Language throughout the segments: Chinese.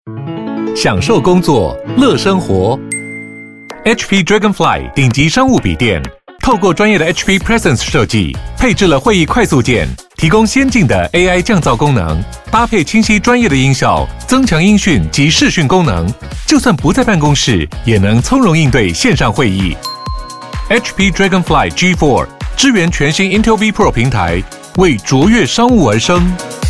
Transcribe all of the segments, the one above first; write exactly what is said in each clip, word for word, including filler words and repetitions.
享受工作，乐生活。H P Dragonfly 顶级商务笔电，透过专业的 H P Presence 设计，配置了会议快速键，提供先进的 A I 降噪功能，搭配清晰专业的音效，增强音讯及视讯功能，就算不在办公室，也能从容应对线上会议。H P Dragonfly G 四 支援全新 Intel V Pro 平台，为卓越商务而生。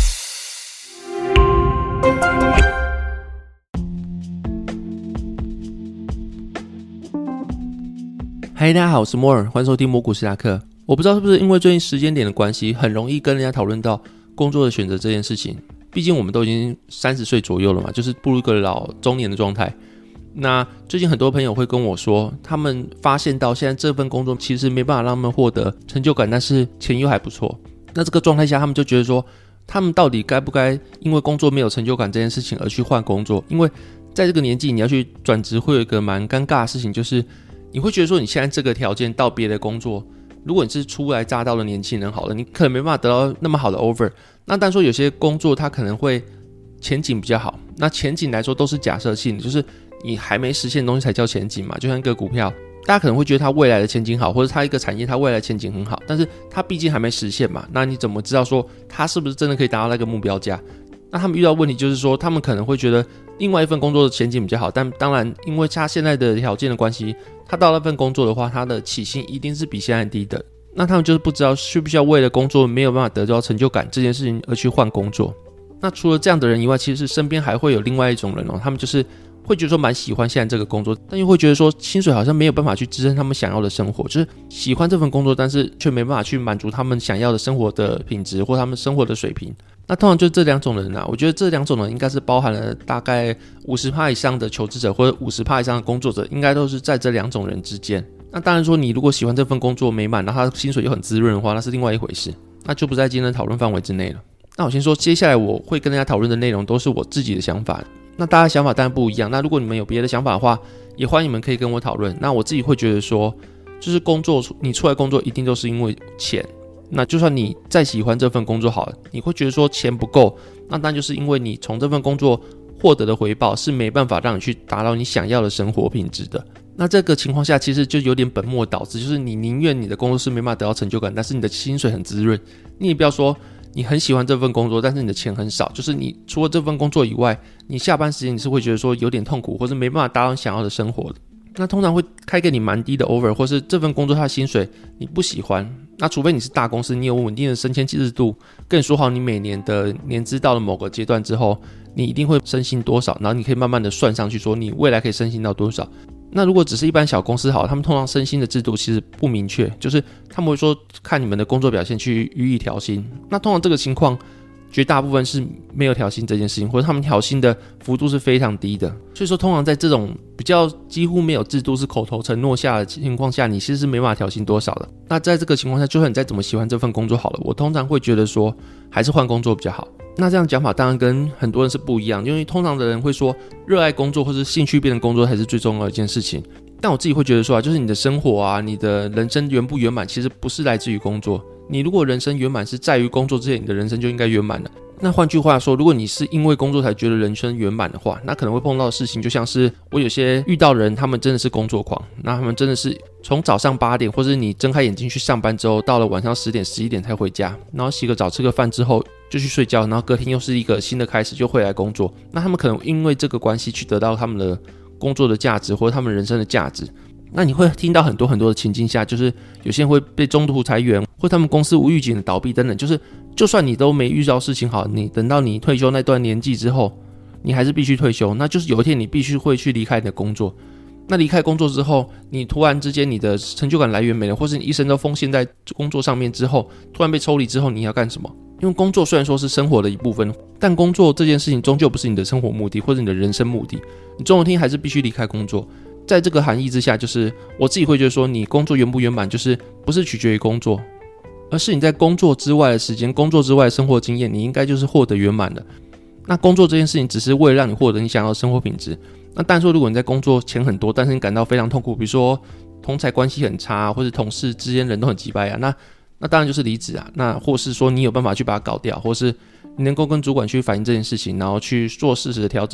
嗨，大家好，我是摩尔，欢迎收听摩股史塔克。我不知道是不是因为最近时间点的关系，很容易跟人家讨论到工作的选择这件事情。毕竟我们都已经三十岁左右了嘛，就是步入一个老中年的状态。那最近很多朋友会跟我说，他们发现到现在这份工作其实没办法让他们获得成就感，但是钱又还不错。那这个状态下，他们就觉得说，他们到底该不该因为工作没有成就感这件事情而去换工作？因为在这个年纪，你要去转职，会有一个蛮尴尬的事情，就是你会觉得说，你现在这个条件到别的工作，如果你是初来乍到的年轻人好了，你可能没办法得到那么好的 offer。那但说有些工作它可能会前景比较好，那前景来说都是假设性的，就是你还没实现的东西才叫前景嘛。就像一个股票，大家可能会觉得它未来的前景好，或者它一个产业它未来的前景很好，但是它毕竟还没实现嘛。那你怎么知道说它是不是真的可以达到那个目标价？那他们遇到问题就是说，他们可能会觉得另外一份工作的前景比较好，但当然因为他现在的条件的关系，他到那份工作的话，他的起薪一定是比现在低的。那他们就是不知道需不需要为了工作没有办法得到成就感这件事情而去换工作。那除了这样的人以外，其实身边还会有另外一种人哦，他们就是会觉得说蛮喜欢现在这个工作，但又会觉得说薪水好像没有办法去支撑他们想要的生活，就是喜欢这份工作，但是却没办法去满足他们想要的生活的品质或他们生活的水平。那通常就这两种人啊，我觉得这两种人应该是包含了大概 百分之五十 以上的求职者或者 百分之五十 以上的工作者，应该都是在这两种人之间。那当然说，你如果喜欢这份工作美满，然后他薪水又很滋润的话，那是另外一回事，那就不在今天的讨论范围之内了。那我先说，接下来我会跟大家讨论的内容都是我自己的想法，那大家想法当然不一样。那如果你们有别的想法的话，也欢迎你们可以跟我讨论。那我自己会觉得说，就是工作，你出来工作一定都是因为钱。那就算你再喜欢这份工作好了，你会觉得说钱不够，那当然就是因为你从这份工作获得的回报是没办法让你去达到你想要的生活品质的。那这个情况下其实就有点本末倒置，就是你宁愿你的工作是没办法得到成就感，但是你的薪水很滋润。你也不要说你很喜欢这份工作，但是你的钱很少，就是你除了这份工作以外，你下班时间你是会觉得说有点痛苦，或是没办法达到你想要的生活的。那通常会开给你蛮低的 offer， 或是这份工作它的薪水你不喜欢，那除非你是大公司，你有稳定的升迁制度，跟你说好你每年的年资到了某个阶段之后，你一定会升薪多少，然后你可以慢慢的算上去说你未来可以升薪到多少。那如果只是一般小公司好，他们通常升薪的制度其实不明确，就是他们会说看你们的工作表现去予以调薪。那通常这个情况绝大部分是没有调薪这件事情，或者他们调薪的幅度是非常低的。所以说通常在这种比较几乎没有制度，是口头承诺下的情况下，你其实是没办法调薪多少的。那在这个情况下，就算你再怎么喜欢这份工作好了，我通常会觉得说还是换工作比较好。那这样讲法当然跟很多人是不一样，因为通常的人会说热爱工作或是兴趣变成工作才是最重要的一件事情。但我自己会觉得说啊，就是你的生活啊，你的人生圆不圆满，其实不是来自于工作。你如果人生圆满是在于工作之前，你的人生就应该圆满了。那换句话说，如果你是因为工作才觉得人生圆满的话，那可能会碰到的事情就像是我有些遇到的人，他们真的是工作狂，那他们真的是从早上八点，或是你睁开眼睛去上班之后，到了晚上十点十一点才回家，然后洗个澡吃个饭之后就去睡觉，然后隔天又是一个新的开始，就回来工作。那他们可能因为这个关系去得到他们的工作的价值，或者他们人生的价值。那你会听到很多很多的情境下，就是有些人会被中途裁员，或他们公司无预警的倒闭等等，就是就算你都没遇到事情好，你等到你退休那段年纪之后，你还是必须退休，那就是有一天你必须会去离开你的工作。那离开工作之后，你突然之间你的成就感来源没了，或是你一生都奉献在工作上面之后，突然被抽离之后，你要干什么？因为工作虽然说是生活的一部分，但工作这件事情终究不是你的生活目的，或者你的人生目的，你总有一天还是必须离开工作。在这个含义之下，就是我自己会觉得说，你工作圆不圆满，就是不是取决于工作，而是你在工作之外的时间、工作之外的生活经验，你应该就是获得圆满的。那工作这件事情只是为了让你获得你想要的生活品质。那当然说，如果你在工作钱很多，但是你感到非常痛苦，比如说同侪关系很差，或者同事之间人都很鸡掰啊，那那当然就是离职啊。那或是说你有办法去把它搞掉，或是你能够跟主管去反映这件事情，然后去做适时的调整，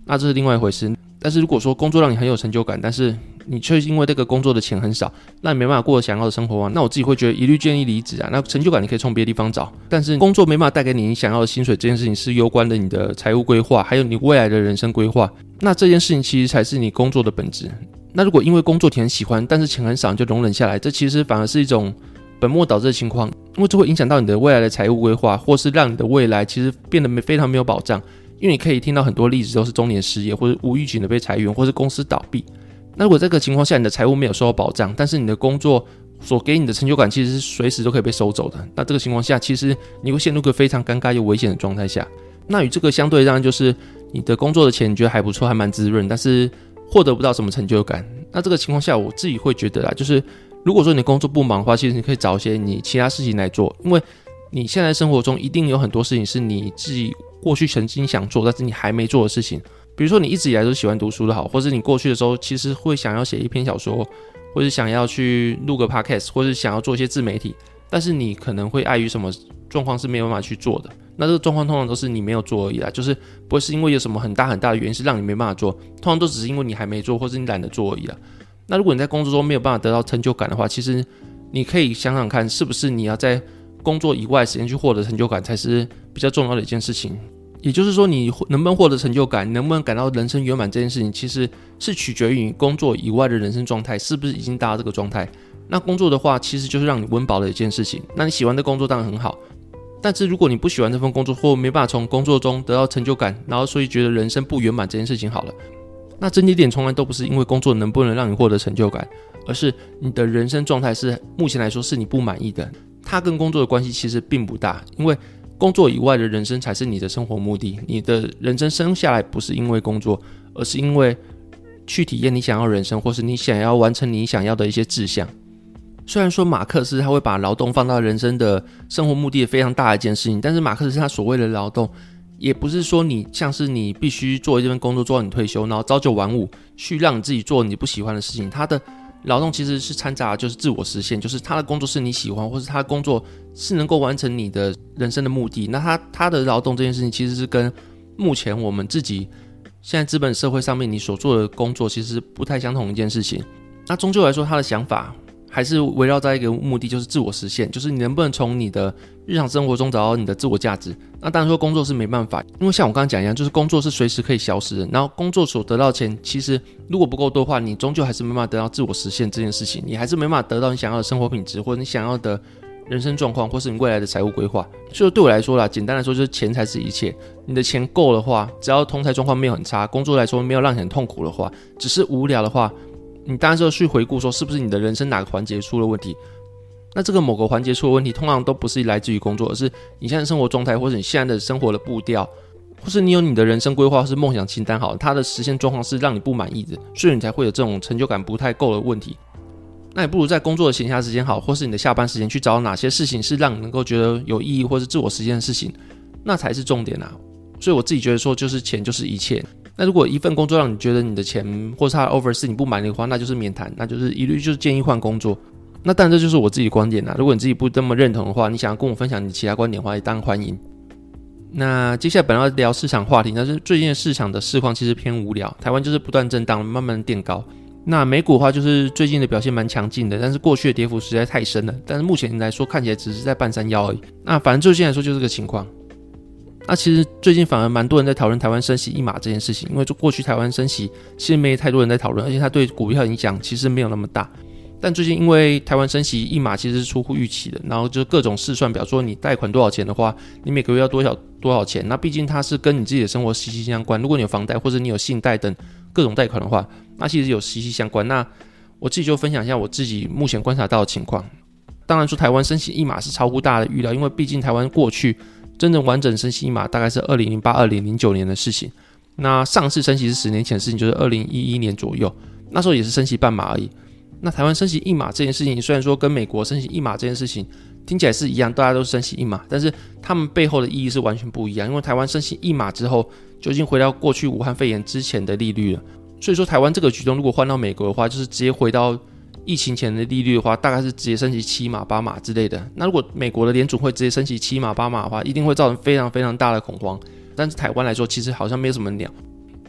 那这是另外一回事。但是如果说工作让你很有成就感，但是你却因为这个工作的钱很少，那你没办法过想要的生活啊，那我自己会觉得一律建议离职啊。那成就感你可以从别的地方找，但是工作没办法带给你你想要的薪水，这件事情是攸关的你的财务规划，还有你未来的人生规划。那这件事情其实才是你工作的本质。那如果因为工作你很喜欢，但是钱很少你就容忍下来，这其实反而是一种本末倒置的情况，因为这会影响到你的未来的财务规划，或是让你的未来其实变得非常没有保障。因为你可以听到很多例子都是中年失业，或者无预警的被裁员，或是公司倒闭。那如果这个情况下你的财务没有受到保障，但是你的工作所给你的成就感其实是随时都可以被收走的，那这个情况下其实你会陷入一个非常尴尬又危险的状态下。那与这个相对当然就是你的工作的钱你觉得还不错，还蛮滋润，但是获得不到什么成就感。那这个情况下我自己会觉得啦，就是如果说你的工作不忙的话，其实你可以找一些你其他事情来做，因为你现在生活中一定有很多事情是你自己过去曾经想做但是你还没做的事情。比如说你一直以来都喜欢读书的好，或是你过去的时候其实会想要写一篇小说，或是想要去录个 podcast， 或是想要做一些自媒体，但是你可能会碍于什么状况是没有办法去做的。那这个状况通常都是你没有做而已啦，就是不会是因为有什么很大很大的原因是让你没办法做，通常都只是因为你还没做，或是你懒得做而已啦。那如果你在工作中没有办法得到成就感的话，其实你可以想想看，是不是你要在工作以外的时间去获得成就感才是比较重要的一件事情。也就是说，你能不能获得成就感，你能不能感到人生圆满这件事情，其实是取决于你工作以外的人生状态是不是已经达到这个状态。那工作的话其实就是让你温饱的一件事情，那你喜欢的工作当然很好，但是如果你不喜欢这份工作，或没办法从工作中得到成就感，然后所以觉得人生不圆满这件事情好了，那症结点从来都不是因为工作能不能让你获得成就感，而是你的人生状态是目前来说是你不满意的。它跟工作的关系其实并不大，因为工作以外的人生才是你的生活目的。你的人生生下来不是因为工作，而是因为去体验你想要的人生，或是你想要完成你想要的一些志向。虽然说马克思他会把劳动放到人生的生活目的非常大的一件事情，但是马克思他所谓的劳动也不是说你像是你必须做一份工作做到你退休，然后朝九晚五去让你自己做你不喜欢的事情。他的劳动其实是掺杂的就是自我实现，就是他的工作是你喜欢，或是他的工作是能够完成你的人生的目的。那他他的劳动这件事情其实是跟目前我们自己现在资本社会上面你所做的工作其实不太相同一件事情。那终究来说他的想法还是围绕在一个目的，就是自我实现，就是你能不能从你的日常生活中找到你的自我价值。那当然说工作是没办法，因为像我刚刚讲一样，就是工作是随时可以消失的，然后工作所得到的钱其实如果不够多的话，你终究还是没办法得到自我实现这件事情，你还是没办法得到你想要的生活品质，或者你想要的人生状况，或是你未来的财务规划。所以对我来说啦，简单来说就是钱才是一切。你的钱够的话，只要同财状况没有很差，工作来说没有让你很痛苦的话，只是无聊的话，你当然就去回顾说是不是你的人生哪个环节出了问题。那这个某个环节出了问题，通常都不是来自于工作，而是你现在的生活状态，或者你现在的生活的步调，或是你有你的人生规划，或是梦想清单好，它的实现状况是让你不满意的，所以你才会有这种成就感不太够的问题。那你不如在工作的闲暇时间好，或是你的下班时间去找哪些事情是让你能够觉得有意义或是自我实现的事情，那才是重点啊。所以我自己觉得说，就是钱就是一切。那如果一份工作让你觉得你的钱或是它的 offer 是你不满意的话，那就是免谈，那就是一律就是建议换工作。那当然这就是我自己的观点啦，如果你自己不这么认同的话，你想要跟我分享你其他观点的话，也当然欢迎。那接下来本来要聊市场话题，但是最近的市场的市况其实偏无聊，台湾就是不断震荡，慢慢垫高。那美股的话就是最近的表现蛮强劲的，但是过去的跌幅实在太深了，但是目前来说看起来只是在半山腰而已。那反正最近来说就是这个情况。那其实最近反而蛮多人在讨论台湾升息一码这件事情，因为过去台湾升息其实没太多人在讨论，而且它对股票影响其实没有那么大。但最近因为台湾升息一码其实是出乎预期的，然后就各种试算表说你贷款多少钱的话，你每个月要多少多少钱，那毕竟它是跟你自己的生活息息相关，如果你有房贷或者你有信贷等各种贷款的话，那其实有息息相关。那我自己就分享一下我自己目前观察到的情况。当然说台湾升息一码是超乎大家的预料，因为毕竟台湾过去真正完整升息一码大概是二零零八、二零零九年的事情，那上次升息是十年前的事情，就是二零一一年左右，那时候也是升息半码而已。那台湾升息一码这件事情，虽然说跟美国升息一码这件事情听起来是一样，大家都是升息一码，但是他们背后的意义是完全不一样。因为台湾升息一码之后，就已经回到过去武汉肺炎之前的利率了。所以说台湾这个举动如果换到美国的话，就是直接回到疫情前的利率的话，大概是直接升息七码八码之类的。那如果美国的联准会直接升息七码八码的话，一定会造成非常非常大的恐慌。但是台湾来说，其实好像没有什么鸟。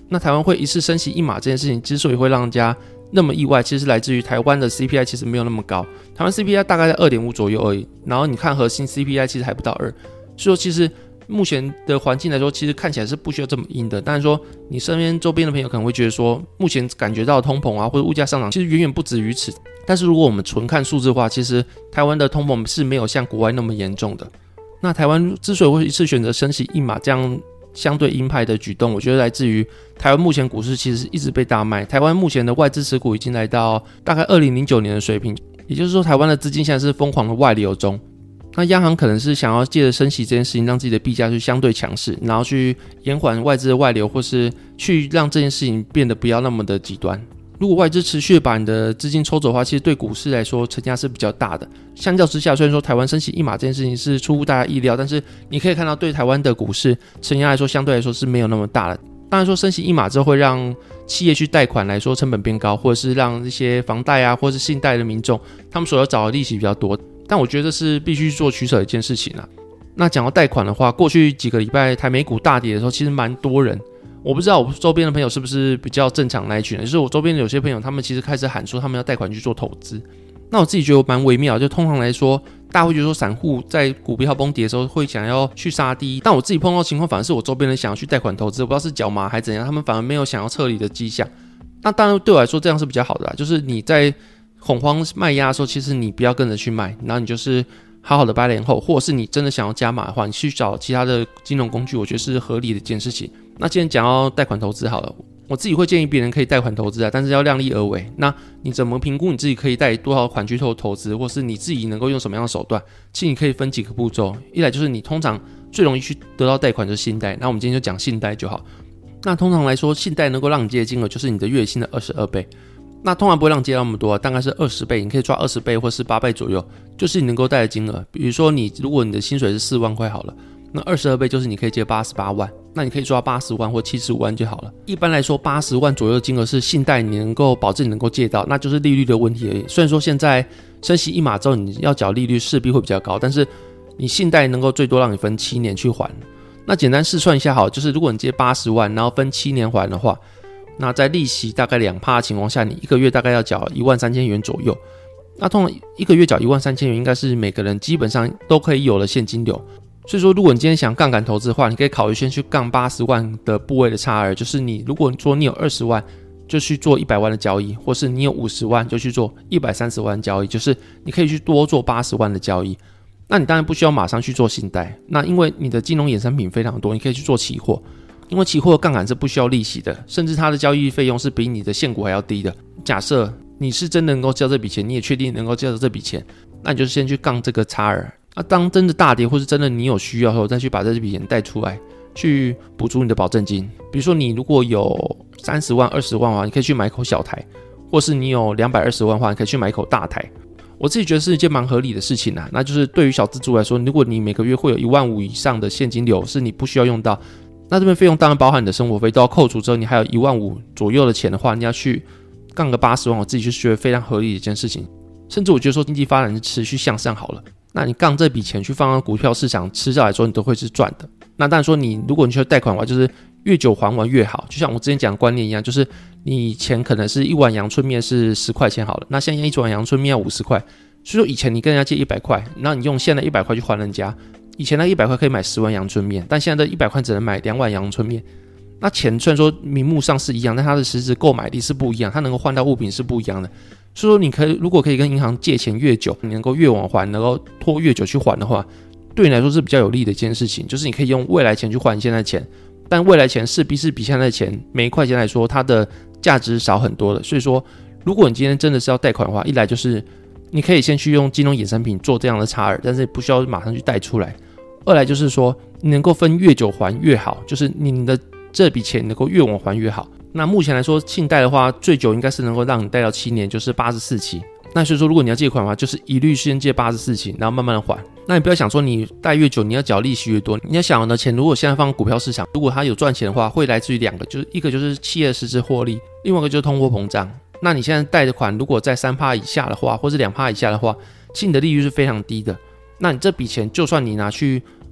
那台湾会一次升息一码这件事情之所以会让人家那么意外，其实是来自于台湾的 C P I 其实没有那么高，台湾 C P I 大概在 二点五 左右而已，然后你看核心 C P I 其实还不到二，所以说其实目前的环境来说，其实看起来是不需要这么阴的。但是说你身边周边的朋友可能会觉得说，目前感觉到通膨啊或者物价上涨，其实远远不止于此。但是如果我们纯看数字的话，其实台湾的通膨是没有像国外那么严重的。那台湾之所以会一次选择升息一码这样相对鹰派的举动，我觉得来自于台湾目前股市其实一直被大卖，台湾目前的外资持股已经来到大概二零零九年的水平，也就是说台湾的资金现在是疯狂的外流中。那央行可能是想要借着升息这件事情让自己的币价去相对强势，然后去延缓外资的外流，或是去让这件事情变得不要那么的极端。如果外资持续把你的资金抽走的话，其实对股市来说承压是比较大的。相较之下，虽然说台湾升息一码这件事情是出乎大家意料，但是你可以看到对台湾的股市承压来说相对来说是没有那么大的。当然说升息一码之后会让企业去贷款来说成本变高，或者是让一些房贷啊或是信贷的民众他们所要找的利息比较多，但我觉得是必须做取舍的一件事情啊。那讲到贷款的话，过去几个礼拜台美股大跌的时候，其实蛮多人，我不知道我周边的朋友是不是比较正常那一群人，就是我周边的有些朋友他们其实开始喊说他们要贷款去做投资。那我自己觉得蛮微妙，就通常来说大家会觉得说散户在股票崩跌的时候会想要去杀低，但我自己碰到的情况反而是我周边人想要去贷款投资，我不知道是脚麻还怎样，他们反而没有想要撤离的迹象。那当然对我来说这样是比较好的啦，就是你在恐慌卖压的时候，其实你不要跟着去卖，然后你就是好好的掰连后，或者是你真的想要加码的话，你去找其他的金融工具，我觉得是合理的一件事情。那今天讲到贷款投资好了，我自己会建议别人可以贷款投资啊，但是要量力而为。那你怎么评估你自己可以贷多少款去做投资，或是你自己能够用什么样的手段？其实你可以分几个步骤，一来就是你通常最容易去得到贷款就是信贷，那我们今天就讲信贷就好。那通常来说，信贷能够让你借的金额就是你的月薪的二十二倍。那通常不会让你借到那么多、啊、大概是二十倍，你可以抓二十倍或是八倍左右，就是你能够贷的金额。比如说你如果你的薪水是四万块好了，那二十二倍就是你可以借八十八万，那你可以抓八十万或七十五万就好了。一般来说八十万左右的金额是信贷你能够保证你能够借到，那就是利率的问题而已。虽然说现在升息一码之后你要缴利率势必会比较高，但是你信贷能够最多让你分七年去还。那简单试算一下好，就是如果你借八十万然后分七年还的话，那在利息大概 百分之二 的情况下，你一个月大概要缴一万三千元左右。那通常一个月缴一万三千元应该是每个人基本上都可以有了现金流。所以说如果你今天想杠杆投资的话，你可以考虑先去杠八十万的部位的差额，就是你如果说你有二十万就去做一百万的交易，或是你有五十万就去做一百三十万的交易，就是你可以去多做八十万的交易。那你当然不需要马上去做信贷，那因为你的金融衍生品非常多，你可以去做期货，因为期货的杠杆是不需要利息的，甚至它的交易费用是比你的现股还要低的。假设你是真的能够交这笔钱，你也确定能够交这笔钱，那你就先去杠这个差额。那当真的大跌或是真的你有需要的时候，再去把这笔钱贷出来，去补足你的保证金。比如说你如果有三十万、二十万的话，你可以去买一口小台，或是你有两百二十万的话，你可以去买一口大台。我自己觉得是一件蛮合理的事情啊。那就是对于小资族来说，如果你每个月会有一万五以上的现金流是你不需要用到，那这边费用当然包含你的生活费都要扣除之后，你还有一万五左右的钱的话，你要去杠个八十万，我自己就觉得非常合理的一件事情。甚至我觉得说经济发展是持续向上好了，那你杠这笔钱去放到股票市场，吃下来说你都会是赚的。那当然说你如果你去贷款的话，就是越久还完越好。就像我之前讲的观念一样，就是你以前可能是一碗阳春面是十块钱好了，那现在一碗阳春面要五十块，所以说以前你跟人家借一百块，那你用现在一百块去还人家，以前那一百块可以买十碗阳春面，但现在的一百块只能买两碗阳春面。那钱虽然说名目上是一样，但它的实质购买力是不一样，它能够换到物品是不一样的。所以说你可以如果可以跟银行借钱越久，你能够越晚还，能够拖越久去还的话，对你来说是比较有利的一件事情。就是你可以用未来钱去还现在钱，但未来钱势必是比现在的钱每一块钱来说它的价值少很多的。所以说如果你今天真的是要贷款的话，一来就是你可以先去用金融衍生品做这样的差额，但是不需要马上去贷出来。二来就是说你能够分越久还越好，就是你的这笔钱能够越晚还越好。那目前来说信贷的话最久应该是能够让你贷到七年，就是八十四期。那所以说如果你要借款的话，就是一律先借八十四期，然后慢慢的还。那你不要想说你贷越久你要缴利息越多，你要想的钱如果现在放股票市场，如果它有赚钱的话，会来自于两个，就是一个就是企业实质获利，另外一个就是通货膨胀。那你现在贷的款如果在 百分之三 以下的话，或是 百分之二 以下的话，其实你的利率是非常低的。那你这笔钱就算你拿去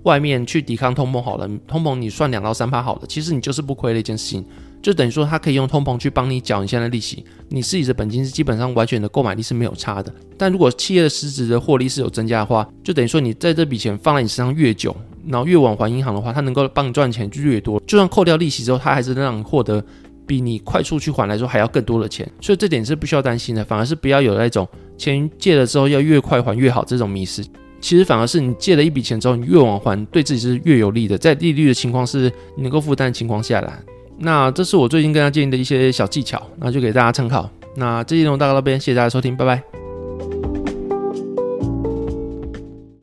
外面去抵抗通膨好了，通膨你算 百分之二到百分之三 好了，其实你就是不亏的一件事情，就等于说它可以用通膨去帮你缴你现在的利息，你自己的本金是基本上完全的购买力是没有差的。但如果企业的实质的获利是有增加的话，就等于说你在这笔钱放在你身上越久，然后越晚还银行的话，它能够帮你赚钱就越多，就算扣掉利息之后，它还是能让你获得比你快速去还来说还要更多的钱，所以这点是不需要担心的，反而是不要有那种钱借了之后要越快还越好这种迷思。其实反而是你借了一笔钱之后，你越晚还对自己是越有利的，在利率的情况是你能够负担的情况下来。那这是我最近跟大家建议的一些小技巧，那就给大家参考。那这期内容大概到这边，谢谢大家收听，拜拜。